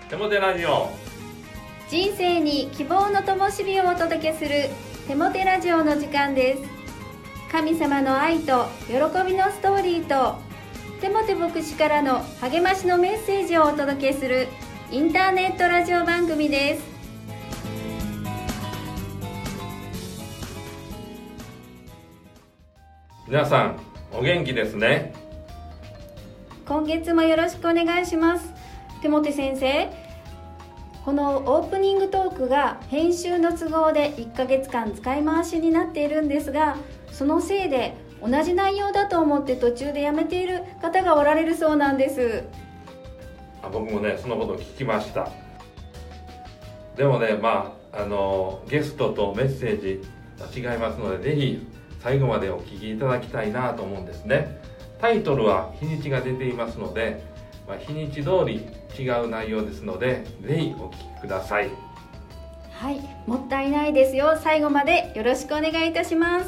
テモテラジオ。 人生に希望の灯火をお届けするテモテラジオの時間です。神様の愛と喜びのストーリーとテモテ牧師からの励ましのメッセージをお届けするインターネットラジオ番組です。 皆さんお元気ですね。 今月もよろしくお願いします。テモテ先生、このオープニングトークが編集の都合で1ヶ月間使い回しになっているんですが、そのせいで同じ内容だと思って途中でやめている方がおられるそうなんです。 僕もねそのことを聞きました。でもねゲストとメッセージ違いますので、ぜひ最後までお聞きいただきたいなと思うんですね。タイトルは日にちが出ていますので、日にち通り違う内容ですので、ぜひお聞きください。 はい、もったいないですよ。最後までよろしくお願いいたします。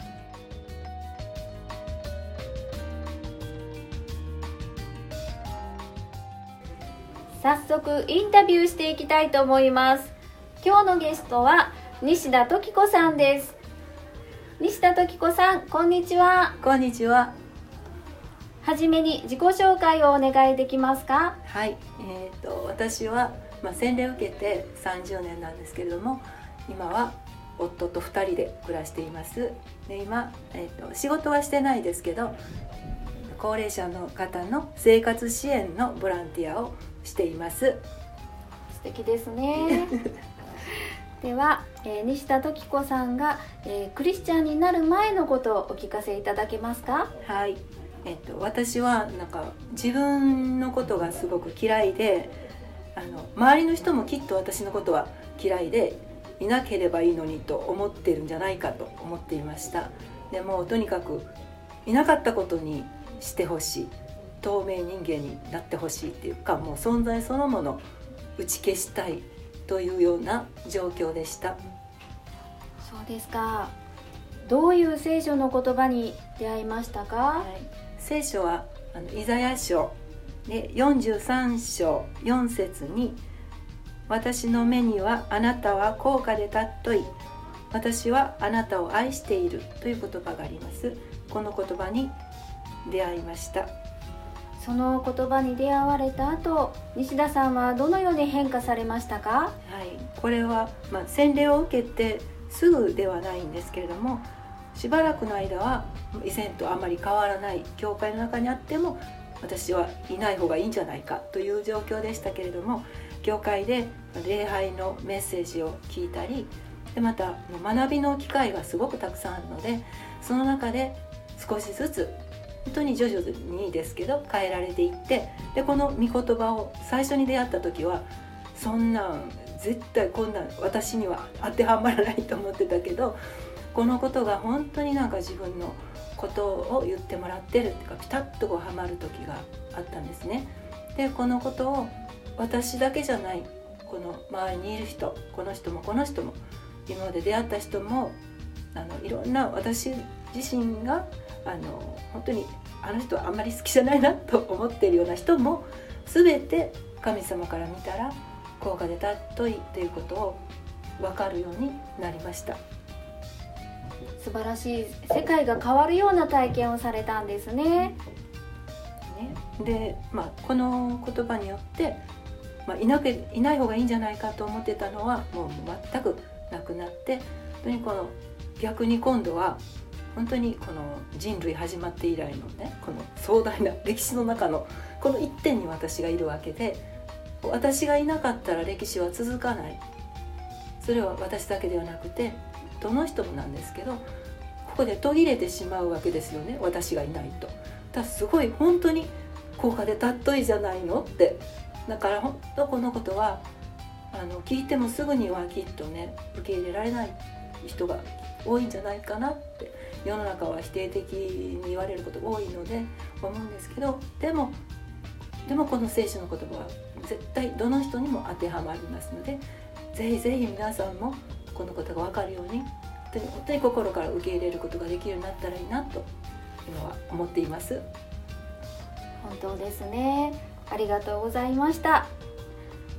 早速インタビューしていきたいと思います。今日のゲストは西田時子さんです。西田時子さん、こんにちは。 こんにちは。 はじめに自己紹介をお願いできますか？ はい、私は、洗礼を受けて30年なんですけれども、今は夫と2人で暮らしています。で今、仕事はしてないですけど、高齢者の方の生活支援のボランティアをしています。 素敵ですね。では、西田時子さんが、クリスチャンになる前のことをお聞かせいただけますか？ はい、私は自分のことがすごく嫌いで、周りの人もきっと私のことは嫌いでいなければいいのにと思ってるんじゃないかと思っていました。でもとにかくいなかったことにしてほしい、透明人間になってほしいっていうか、もう存在そのもの打ち消したいというような状況でした。 そうですか。どういう聖書の言葉に出会いましたか？ はい、聖書はイザヤ書で43章4節に、私の目にはあなたは高価で尊い、私はあなたを愛しているという言葉があります。この言葉に出会いました。 その言葉に出会われた後、西田さんはどのように変化されましたか？ はい、これは、洗礼を受けてすぐではないんですけれども、しばらくの間は以前とあまり変わらない教会の中にあっても、私はいない方がいいんじゃないかという状況でしたけれども、教会で礼拝のメッセージを聞いたりで、また学びの機会がすごくたくさんあるので、その中で少しずつ本当に徐々にですけど変えられていって、でこの御言葉を最初に出会った時は、そんなん絶対こんなん私には当てはまらないと思ってたけど、このことが本当に自分のことを言ってもらってるっていうか、ピタッとはまる時があったんですね。でこのことを私だけじゃない、この周りにいる人、この人もこの人も、今まで出会った人もいろんな私自身が本当にあの人はあんまり好きじゃないなと思っているような人も、全て神様から見たら高価で尊いということを分かるようになりました。 素晴らしい、世界が変わるような体験をされたんですね。 で、この言葉によって、いない方がいいんじゃないかと思ってたのはもう全くなくなって、本当に逆に今度は本当にこの人類始まって以来のね、この壮大な歴史の中のこの一点に私がいるわけで、私がいなかったら歴史は続かない。それは私だけではなくてどの人もなんですけど、ここで途切れてしまうわけですよね、私がいないと。だすごい本当に高価で尊いじゃないのって。だから本当このことは聞いてもすぐにはきっとね受け入れられない人が多いんじゃないかなって。世の中は否定的に言われることが多いので思うんですけど、でもこの聖書の言葉は絶対どの人にも当てはまりますので、ぜひぜひ皆さんもこのことが分かるように本当に心から受け入れることができるようになったらいいなと今は思っています。 本当ですね。ありがとうございました。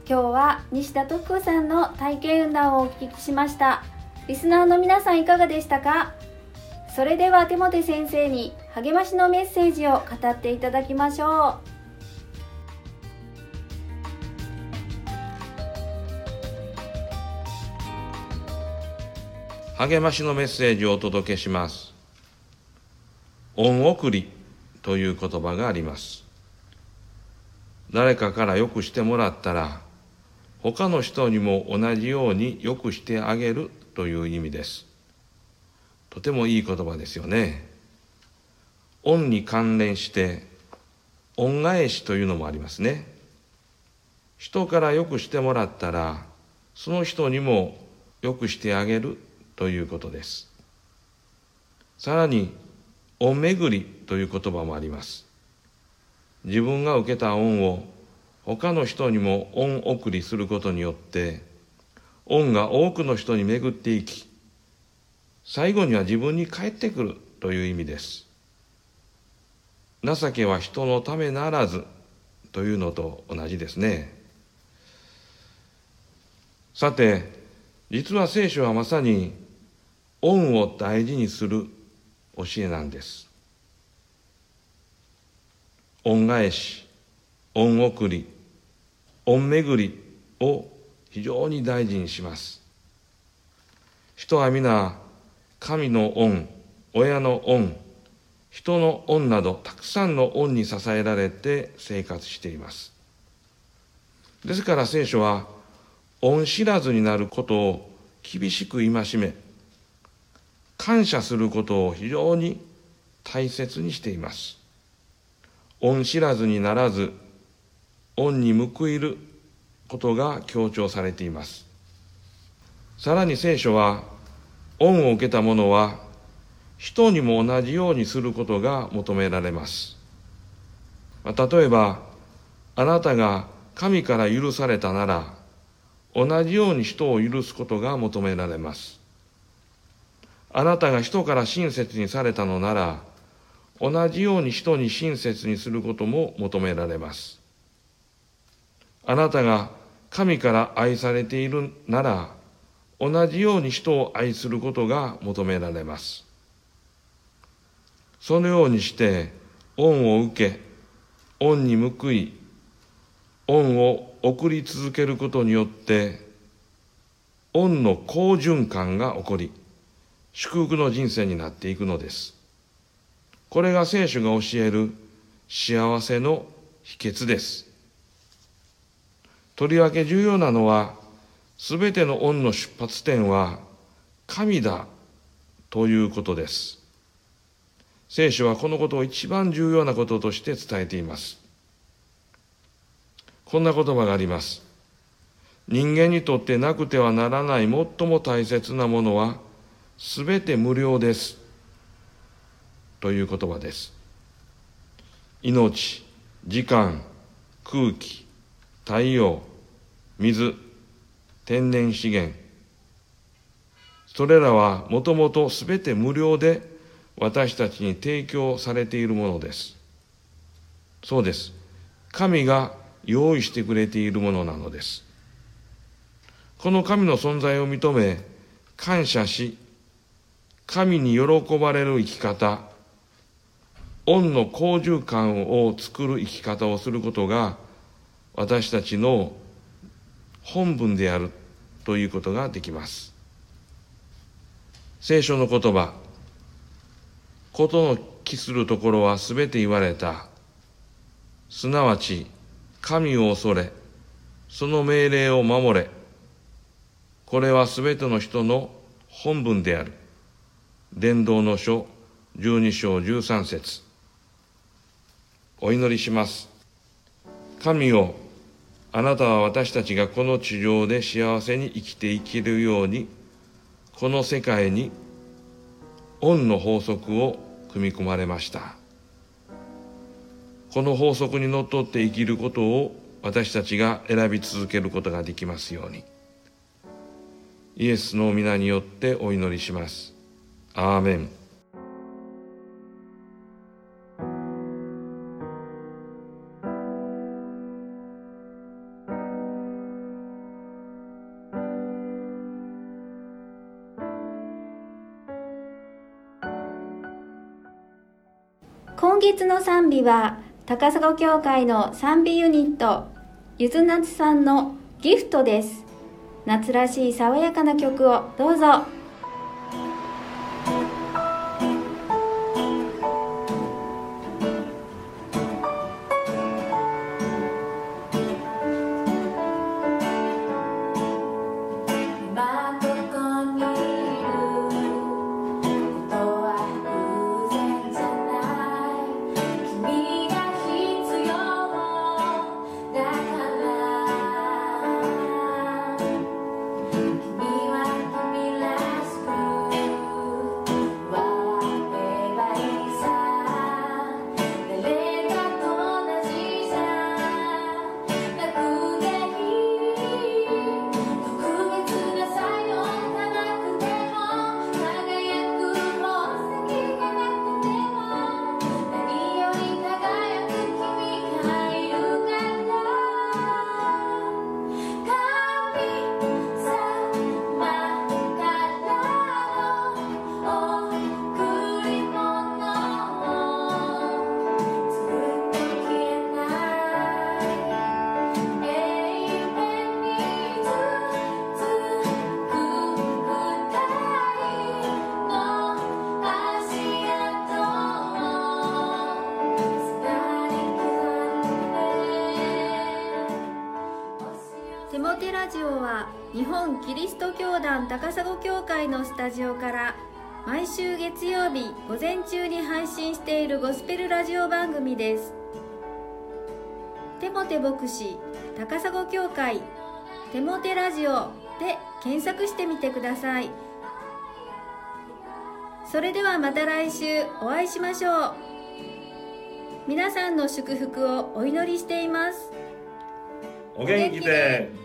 今日は西田徳子さんの体験談をお聞きしました。リスナーの皆さんいかがでしたか？それではテモテ先生に励ましのメッセージを語っていただきましょう。励ましのメッセージをお届けします。恩送りという言葉があります。誰かからよくしてもらったら、他の人にも同じようによくしてあげるという意味です。とてもいい言葉ですよね。恩に関連して恩返しというのもありますね。人からよくしてもらったら、その人にもよくしてあげるということです。さらに恩巡りという言葉もあります。自分が受けた恩を他の人にも恩送りすることによって恩が多くの人に巡っていき、最後には自分に返ってくるという意味です。情けは人のためならずというのと同じですね。さて、実は聖書はまさに恩を大事にする教えなんです。恩返し、恩送り、恩巡りを非常に大事にします。人は皆、神の恩、親の恩、人の恩などたくさんの恩に支えられて生活しています。ですから聖書は恩知らずになることを厳しく戒め、感謝することを非常に大切にしています。恩知らずにならず、恩に報いることが強調されています。さらに聖書は、恩を受けた者は人にも同じようにすることが求められます。例えば、あなたが神から許されたなら、同じように人を許すことが求められます。あなたが人から親切にされたのなら、同じように人に親切にすることも求められます。あなたが神から愛されているなら、同じように人を愛することが求められます。そのようにして、恩を受け、恩に報い、恩を送り続けることによって、恩の好循環が起こり、祝福の人生になっていくのです。これが聖書が教える幸せの秘訣です。とりわけ重要なのは、すべての恩の出発点は神だということです。聖書はこのことを一番重要なこととして伝えています。こんな言葉があります。人間にとってなくてはならない最も大切なものはすべて無料です。という言葉です。命、時間、空気、太陽、水、天然資源、それらはもともとすべて無料で私たちに提供されているものです。そうです。神が用意してくれているものなのです。この神の存在を認め、感謝し、神に喜ばれる生き方、恩の好循環を作る生き方をすることが私たちの本分であるということができます。聖書の言葉、ことの帰するところはすべて言われた。すなわち、神を恐れ、その命令を守れ。これはすべての人の本分である。伝道の書12章13節。お祈りします。神よ、あなたは私たちがこの地上で幸せに生きていけるように、この世界に恩の法則を組み込まれました。この法則にのっとって生きることを私たちが選び続けることができますように。イエスの皆によってお祈りします。アーメン。 今月の賛美は高砂教会の賛美ユニットゆずなつさんのギフトです。夏らしい爽やかな曲をどうぞ。テモテラジオは日本キリスト教団高砂教会のスタジオから毎週月曜日午前中に配信しているゴスペルラジオ番組です。テモテ牧師高砂教会テモテラジオで検索してみてください。それではまた来週お会いしましょう。皆さんの祝福をお祈りしています。 お元気で。